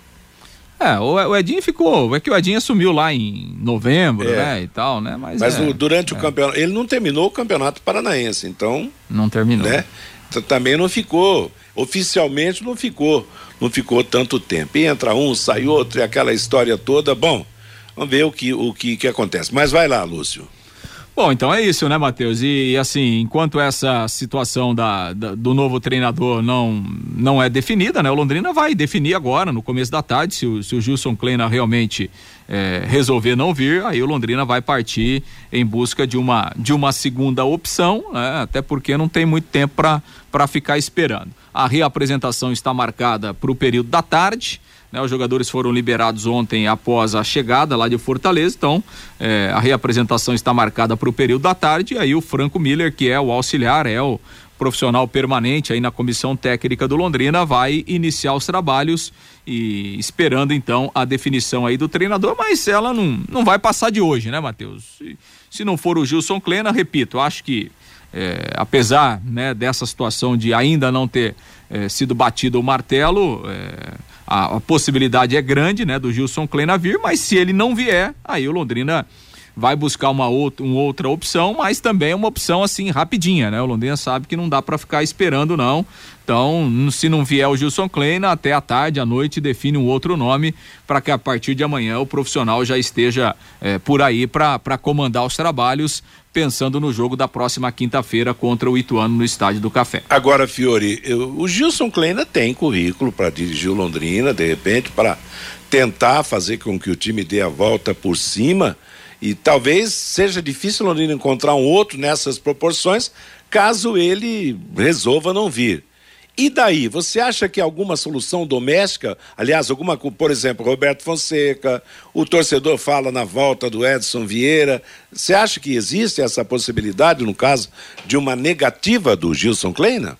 É, o Edinho ficou, é que o Edinho assumiu lá em novembro, é. né, e tal, né? Mas, mas é, durante é. o campeonato, ele não terminou o Campeonato Paranaense, então... Não terminou. Né? Também não ficou, oficialmente não ficou, não ficou tanto tempo. E entra um, sai outro, e aquela história toda. Bom, vamos ver o que, o que, que acontece. Mas vai lá, Lúcio. Bom, então é isso, né, Matheus? E, e assim, enquanto essa situação da, da, do novo treinador não, não é definida, né? O Londrina vai definir agora, no começo da tarde, se o, se o Gilson Kleina realmente é, resolver não vir, aí o Londrina vai partir em busca de uma, de uma segunda opção, né? Até porque não tem muito tempo para para ficar esperando. A reapresentação está marcada para o período da tarde, né? Os jogadores foram liberados ontem após a chegada lá de Fortaleza, então é, a reapresentação está marcada para o período da tarde, e aí o Franco Miller, que é o auxiliar, é o profissional permanente aí na comissão técnica do Londrina, vai iniciar os trabalhos e esperando então a definição aí do treinador, mas ela não, não vai passar de hoje, né, Matheus? Se, se não for o Gilson Kleina, repito, acho que É, apesar, né, dessa situação de ainda não ter é, sido batido o martelo, é, a, a possibilidade é grande, né, do Gilson Kleina vir, mas se ele não vier, aí o Londrina vai buscar uma outra, uma outra opção, mas também uma opção assim rapidinha, né? O Londrina sabe que não dá para ficar esperando, não. Então, se não vier o Gilson Kleina, até à tarde, à noite, define um outro nome para que a partir de amanhã o profissional já esteja é, por aí para comandar os trabalhos, pensando no jogo da próxima quinta-feira contra o Ituano no Estádio do Café. Agora, Fiori, eu, o Gilson Kleina tem currículo para dirigir o Londrina, de repente, para tentar fazer com que o time dê a volta por cima, e talvez seja difícil o Londrina encontrar um outro nessas proporções, caso ele resolva não vir. E daí, você acha que alguma solução doméstica, aliás, alguma, por exemplo, Roberto Fonseca, o torcedor fala na volta do Edson Vieira, você acha que existe essa possibilidade, no caso, de uma negativa do Gilson Kleina?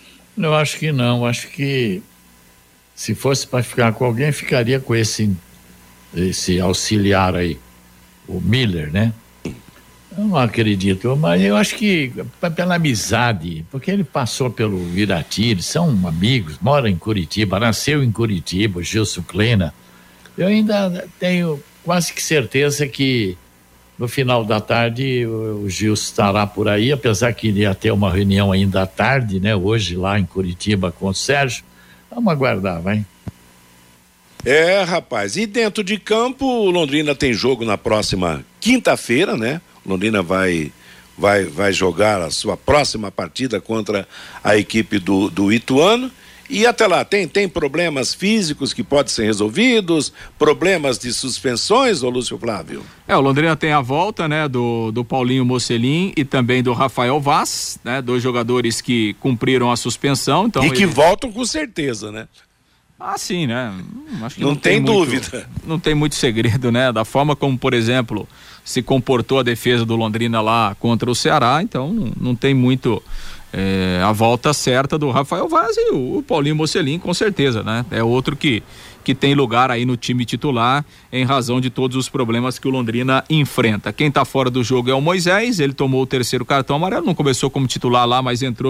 Eu acho que não, acho que se fosse para ficar com alguém, ficaria com esse, esse auxiliar aí, o Miller, né? Eu não acredito, mas eu acho que pela amizade, porque ele passou pelo Irati, eles são amigos, mora em Curitiba, nasceu em Curitiba, o Gilson Kleina. Eu ainda tenho quase que certeza que no final da tarde o, o Gilson estará por aí, apesar que ele ia ter uma reunião ainda à tarde, né? Hoje lá em Curitiba com o Sérgio. Vamos aguardar, vai. É, rapaz, e dentro de campo, o Londrina tem jogo na próxima quinta-feira, né? Londrina vai, vai, vai jogar a sua próxima partida contra a equipe do, do Ituano, e até lá tem, tem problemas físicos que podem ser resolvidos, problemas de suspensões, ô Lúcio Flávio? É, o Londrina tem a volta, né, do, do Paulinho Mocelin e também do Rafael Vaz, né, dois jogadores que cumpriram a suspensão. Então e que ele... voltam com certeza, né? Ah, sim, né? Acho que não, não tem, tem dúvida. Muito, não tem muito segredo, né? Da forma como, por exemplo, se comportou a defesa do Londrina lá contra o Ceará, então não, não tem muito é, a volta certa do Rafael Vaz e o, o Paulinho Mocelin, com certeza, né? É outro que, que tem lugar aí no time titular em razão de todos os problemas que o Londrina enfrenta. Quem tá fora do jogo é o Moisés, ele tomou o terceiro cartão amarelo, não começou como titular lá, mas entrou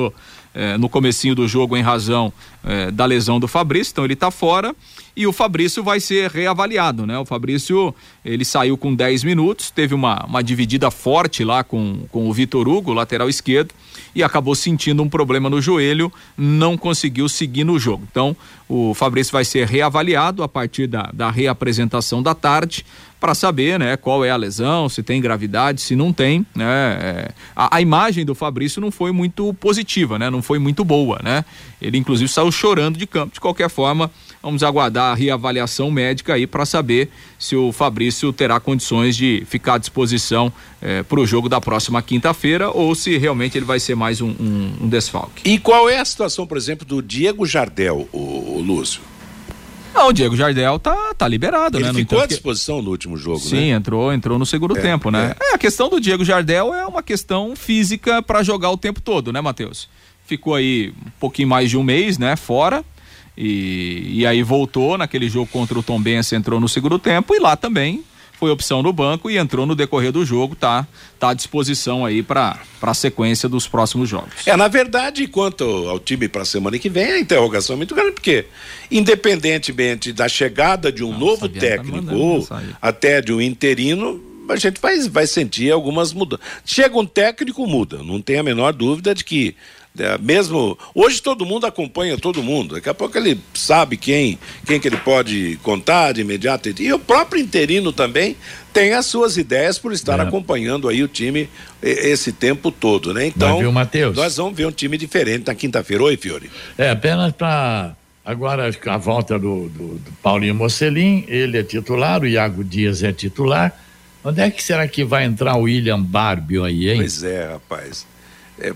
eh, no comecinho do jogo em razão eh, da lesão do Fabrício, então ele está fora e o Fabrício vai ser reavaliado, né? O Fabrício, ele saiu com dez minutos, teve uma, uma dividida forte lá com, com o Vitor Hugo, lateral esquerdo, e acabou sentindo um problema no joelho, não conseguiu seguir no jogo. Então, o Fabrício vai ser reavaliado a partir da, da reapresentação da tarde, para saber, né, qual é a lesão, se tem gravidade, se não tem, né? É, a, a imagem do Fabrício não foi muito positiva, né? Não foi muito boa, né? Ele inclusive saiu chorando de campo. De qualquer forma, vamos aguardar a reavaliação médica aí para saber se o Fabrício terá condições de ficar à disposição é, para o jogo da próxima quinta-feira ou se realmente ele vai ser mais um, um, um desfalque. E qual é a situação, por exemplo, do Diego Jardel, o, o Lúcio? Não, o Diego Jardel tá, tá liberado, ele né? Ele ficou à disposição que... no último jogo, Sim, né? Sim, entrou, entrou no segundo é, tempo, né? É. é, a questão do Diego Jardel é uma questão física para jogar o tempo todo, né, Matheus? Ficou aí um pouquinho mais de um mês, né, fora, e, e aí voltou naquele jogo contra o Tombense, entrou no segundo tempo e lá também foi opção no banco e entrou no decorrer do jogo, tá, tá à disposição aí para para a sequência dos próximos jogos. É, na verdade, quanto ao time para a semana que vem, a interrogação é muito grande, porque independentemente da chegada de um Não, novo técnico tá ou até de um interino, a gente vai, vai sentir algumas mudanças. Chega um técnico, muda, não tem a menor dúvida de que É, mesmo hoje todo mundo acompanha todo mundo, daqui a pouco ele sabe quem quem que ele pode contar de imediato, e o próprio interino também tem as suas ideias por estar é. acompanhando aí o time esse tempo todo, né? Então viu, Matheus? Nós vamos ver um time diferente na quinta-feira. Oi, Fiore. É, apenas para agora a volta do, do, do Paulinho Mocelin, ele é titular, o Iago Dias é titular. Onde é que será que vai entrar o William Barbio aí, hein? Pois é, rapaz, é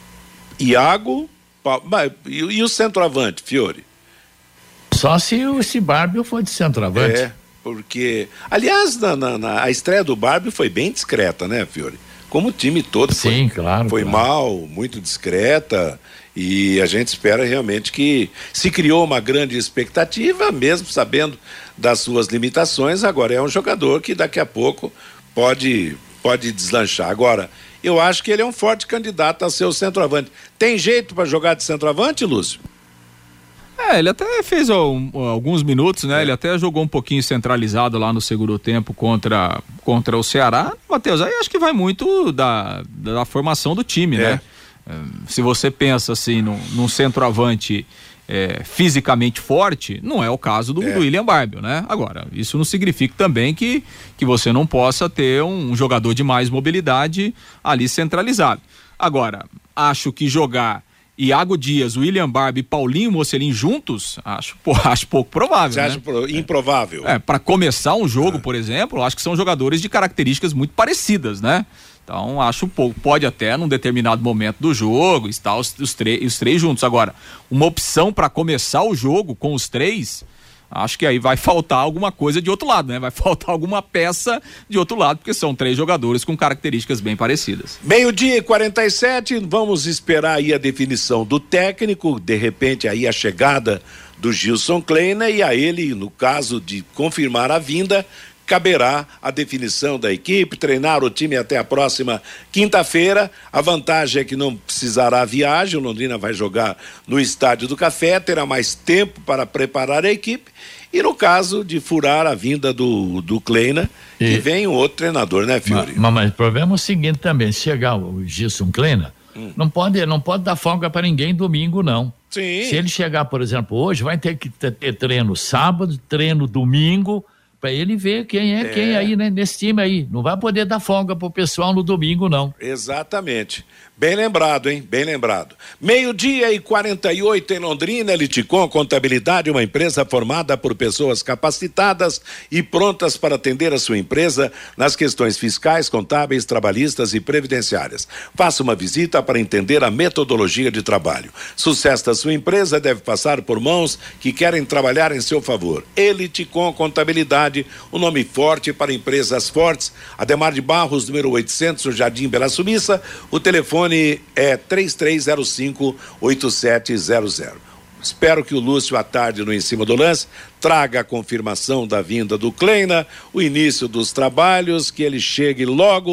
Iago, e, e o centroavante, Fiore? Só se o esse Barbio for de centroavante. É, porque, aliás, na, na, na, a estreia do Barbio foi bem discreta, né, Fiore? Como o time todo Sim, foi, claro, foi claro. mal, muito discreta, e a gente espera realmente que se criou uma grande expectativa, mesmo sabendo das suas limitações. Agora é um jogador que daqui a pouco pode, pode deslanchar. Agora, eu acho que ele é um forte candidato a ser o centroavante. Tem jeito para jogar de centroavante, Lúcio? É, ele até fez ó, alguns minutos, né? É. Ele até jogou um pouquinho centralizado lá no segundo tempo contra, contra o Ceará. Matheus, aí acho que vai muito da, da formação do time, é. né? Se você pensa assim num, num centroavante é, fisicamente forte, não é o caso do, é. do William Barbio, né? Agora, isso não significa também que, que você não possa ter um, um jogador de mais mobilidade ali centralizado. Agora, acho que jogar Iago Dias, William Barbio e Paulinho Mocelin juntos, acho, pô, acho pouco provável. Você né? acha pro, improvável? É, para começar um jogo, ah. por exemplo, acho que são jogadores de características muito parecidas, né? Então, acho pouco. Pode até, num determinado momento do jogo, estar os, os, os três juntos. Agora, uma opção para começar o jogo com os três, acho que aí vai faltar alguma coisa de outro lado, né? Vai faltar alguma peça de outro lado, porque são três jogadores com características bem parecidas. Meio-dia e quarenta e sete, vamos esperar aí a definição do técnico, de repente aí a chegada do Gilson Kleina, e a ele, no caso de confirmar a vinda, caberá a definição da equipe, treinar o time até a próxima quinta-feira. A vantagem é que não precisará viagem, o Londrina vai jogar no Estádio do Café, terá mais tempo para preparar a equipe, e no caso de furar a vinda do, do Kleina, e... que vem um outro treinador, né, Fiori? Mas, mas o problema é o seguinte também, se chegar o Gilson Kleina, hum. não pode, não pode dar folga para ninguém domingo, não. Sim. Se ele chegar, por exemplo, hoje, vai ter que ter, ter treino sábado, treino domingo, para ele ver quem é, é quem aí, né, nesse time aí. Não vai poder dar folga pro pessoal no domingo, não. Exatamente. Bem lembrado, hein? Bem lembrado. Meio-dia e quarenta e oito em Londrina, Liticom Contabilidade, uma empresa formada por pessoas capacitadas e prontas para atender a sua empresa nas questões fiscais, contábeis, trabalhistas e previdenciárias. Faça uma visita para entender a metodologia de trabalho. Sucesso da sua empresa deve passar por mãos que querem trabalhar em seu favor. Liticom Contabilidade, o um nome forte para empresas fortes. Ademar de Barros, número oitocentos, no Jardim Bela Suíça. O telefone é três três zero cinco, oito sete zero zero. Espero que o Lúcio, à tarde, no Em Cima do Lance, traga a confirmação da vinda do Kleina, o início dos trabalhos, que ele chegue logo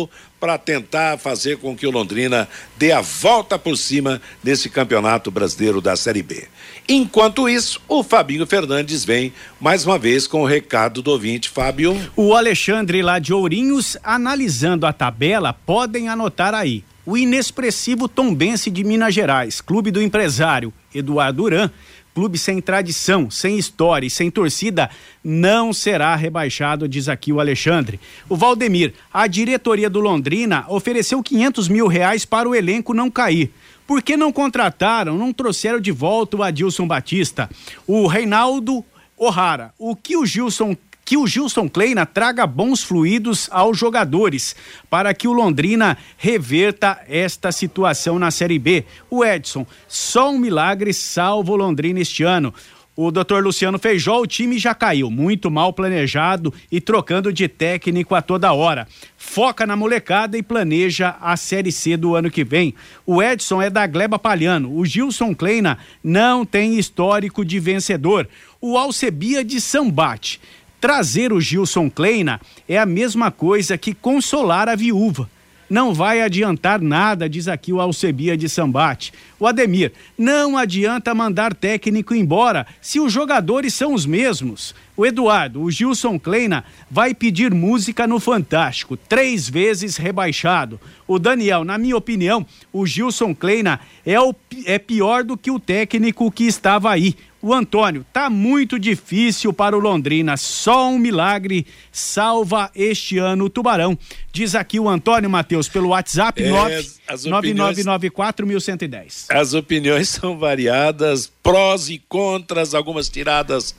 para tentar fazer com que o Londrina dê a volta por cima nesse Campeonato Brasileiro da Série B. Enquanto isso, o Fabinho Fernandes vem mais uma vez com o recado do ouvinte. Fábio. O Alexandre lá de Ourinhos, analisando a tabela, podem anotar aí. O inexpressivo Tombense de Minas Gerais, clube do empresário Eduardo Duran, clube sem tradição, sem história e sem torcida, não será rebaixado, diz aqui o Alexandre. O Valdemir, a diretoria do Londrina ofereceu quinhentos mil reais para o elenco não cair. Por que não contrataram, não trouxeram de volta o Adilson Batista? O Reinaldo O'Hara, o que o Gilson que o Gilson Kleina traga bons fluidos aos jogadores para que o Londrina reverta esta situação na Série B. O Edson, só um milagre salva o Londrina este ano. O doutor Luciano Feijó, o time já caiu, muito mal planejado e trocando de técnico a toda hora. Foca na molecada e planeja a Série C do ano que vem. O Edson é da Gleba Palhano, o Gilson Kleina não tem histórico de vencedor. O Alcebia de Sambate. Trazer o Gilson Kleina é a mesma coisa que consolar a viúva. Não vai adiantar nada, diz aqui o Alcebia de Sambate. O Ademir, não adianta mandar técnico embora se os jogadores são os mesmos. O Eduardo, o Gilson Kleina vai pedir música no Fantástico, três vezes rebaixado. O Daniel, na minha opinião, o Gilson Kleina é, o, é pior do que o técnico que estava aí. O Antônio, tá muito difícil para o Londrina, só um milagre salva este ano o Tubarão. Diz aqui o Antônio Matheus pelo WhatsApp, é, nove nove nove quatro um um um zero. As opiniões são variadas, prós e contras, algumas tiradas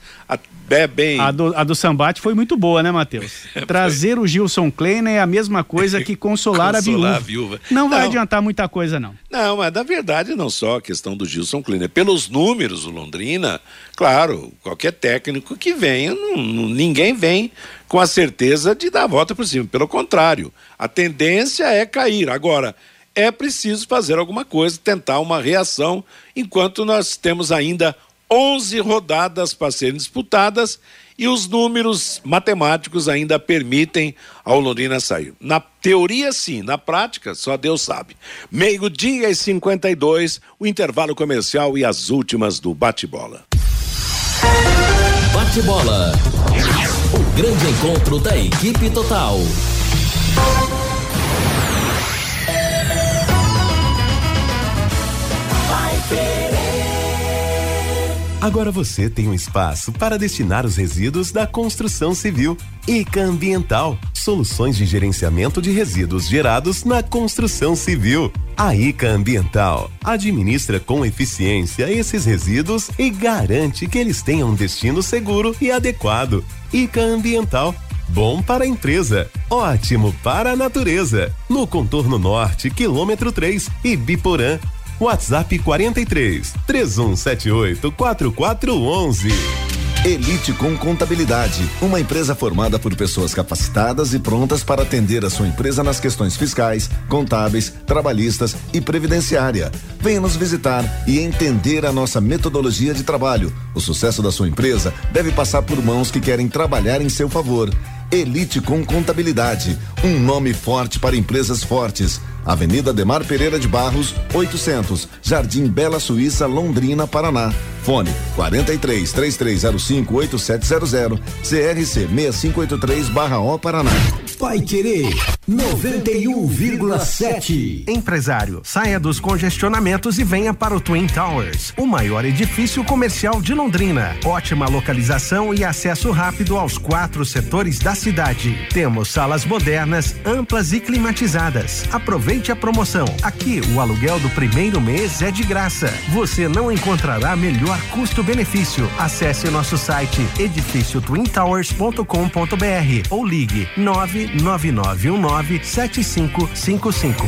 é bem... A do, a do Sambate foi muito boa, né, Matheus? Trazer o Gilson Kleina é a mesma coisa que consolar, consolar a, viúva. a viúva. Não vai não. adiantar muita coisa, não. Não, mas na verdade não só a questão do Gilson Kleina. Pelos números, o Londrina, claro, qualquer técnico que venha, não, não, ninguém vem com a certeza de dar a volta por cima. Pelo contrário, a tendência é cair. Agora, é preciso fazer alguma coisa, tentar uma reação, enquanto nós temos ainda onze rodadas para serem disputadas e os números matemáticos ainda permitem ao Londrina sair. Na teoria, sim, na prática, só Deus sabe. Meio-dia e cinquenta e dois, o intervalo comercial e as últimas do bate-bola. Bate-bola. O grande encontro da equipe total. Agora você tem um espaço para destinar os resíduos da construção civil. ICA Ambiental, soluções de gerenciamento de resíduos gerados na construção civil. A ICA Ambiental administra com eficiência esses resíduos e garante que eles tenham um destino seguro e adequado. ICA Ambiental, bom para a empresa, ótimo para a natureza. No Contorno Norte, quilômetro três, Ibiporã. WhatsApp quarenta e três, três um sete oito, quatro quatro um um. Elite com Contabilidade, uma empresa formada por pessoas capacitadas e prontas para atender a sua empresa nas questões fiscais, contábeis, trabalhistas e previdenciária. Venha nos visitar e entender a nossa metodologia de trabalho. O sucesso da sua empresa deve passar por mãos que querem trabalhar em seu favor. Elite com Contabilidade, um nome forte para empresas fortes. Avenida Ademar Pereira de Barros, oitocentos, Jardim Bela Suíça, Londrina, Paraná. Fone quarenta e três, três três zero cinco, oito sete zero zero, C R C seis cinco oito três barra O Paraná. Vai Querer noventa e um vírgula sete. Empresário, saia dos congestionamentos e venha para o Twin Towers, o maior edifício comercial de Londrina. Ótima localização e acesso rápido aos quatro setores da cidade. Temos salas modernas, amplas e climatizadas. Aproveite a promoção. Aqui o aluguel do primeiro mês é de graça. Você não encontrará melhor custo-benefício. Acesse nosso site edifício twin towers ponto com ponto br ou ligue nove nove nove um nove sete cinco cinco cinco.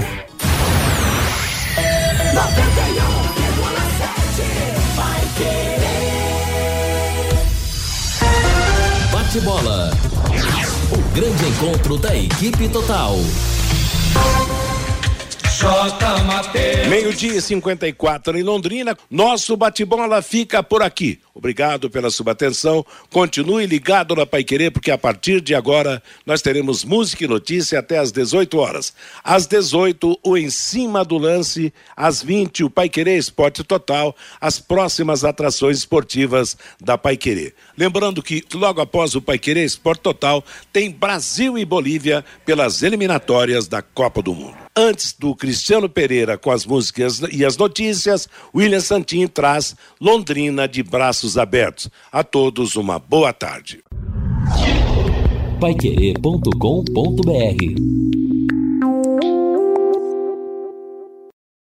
Bate-bola. O grande encontro da equipe total. J. Mateus. Meio-dia e cinquenta e quatro em Londrina. Nosso bate-bola fica por aqui. Obrigado pela sua atenção. Continue ligado na Paiquerê, porque a partir de agora nós teremos música e notícia até às dezoito horas. Às dezoito, o Em Cima do Lance. Às vinte, o Paiquerê Esporte Total. As próximas atrações esportivas da Paiquerê. Lembrando que logo após o Paiquerê Esporte Total tem Brasil e Bolívia pelas eliminatórias da Copa do Mundo. Antes do Cristiano Pereira com as músicas e as notícias, William Santin traz Londrina de braços abertos. A todos uma boa tarde. paiquerê ponto com ponto br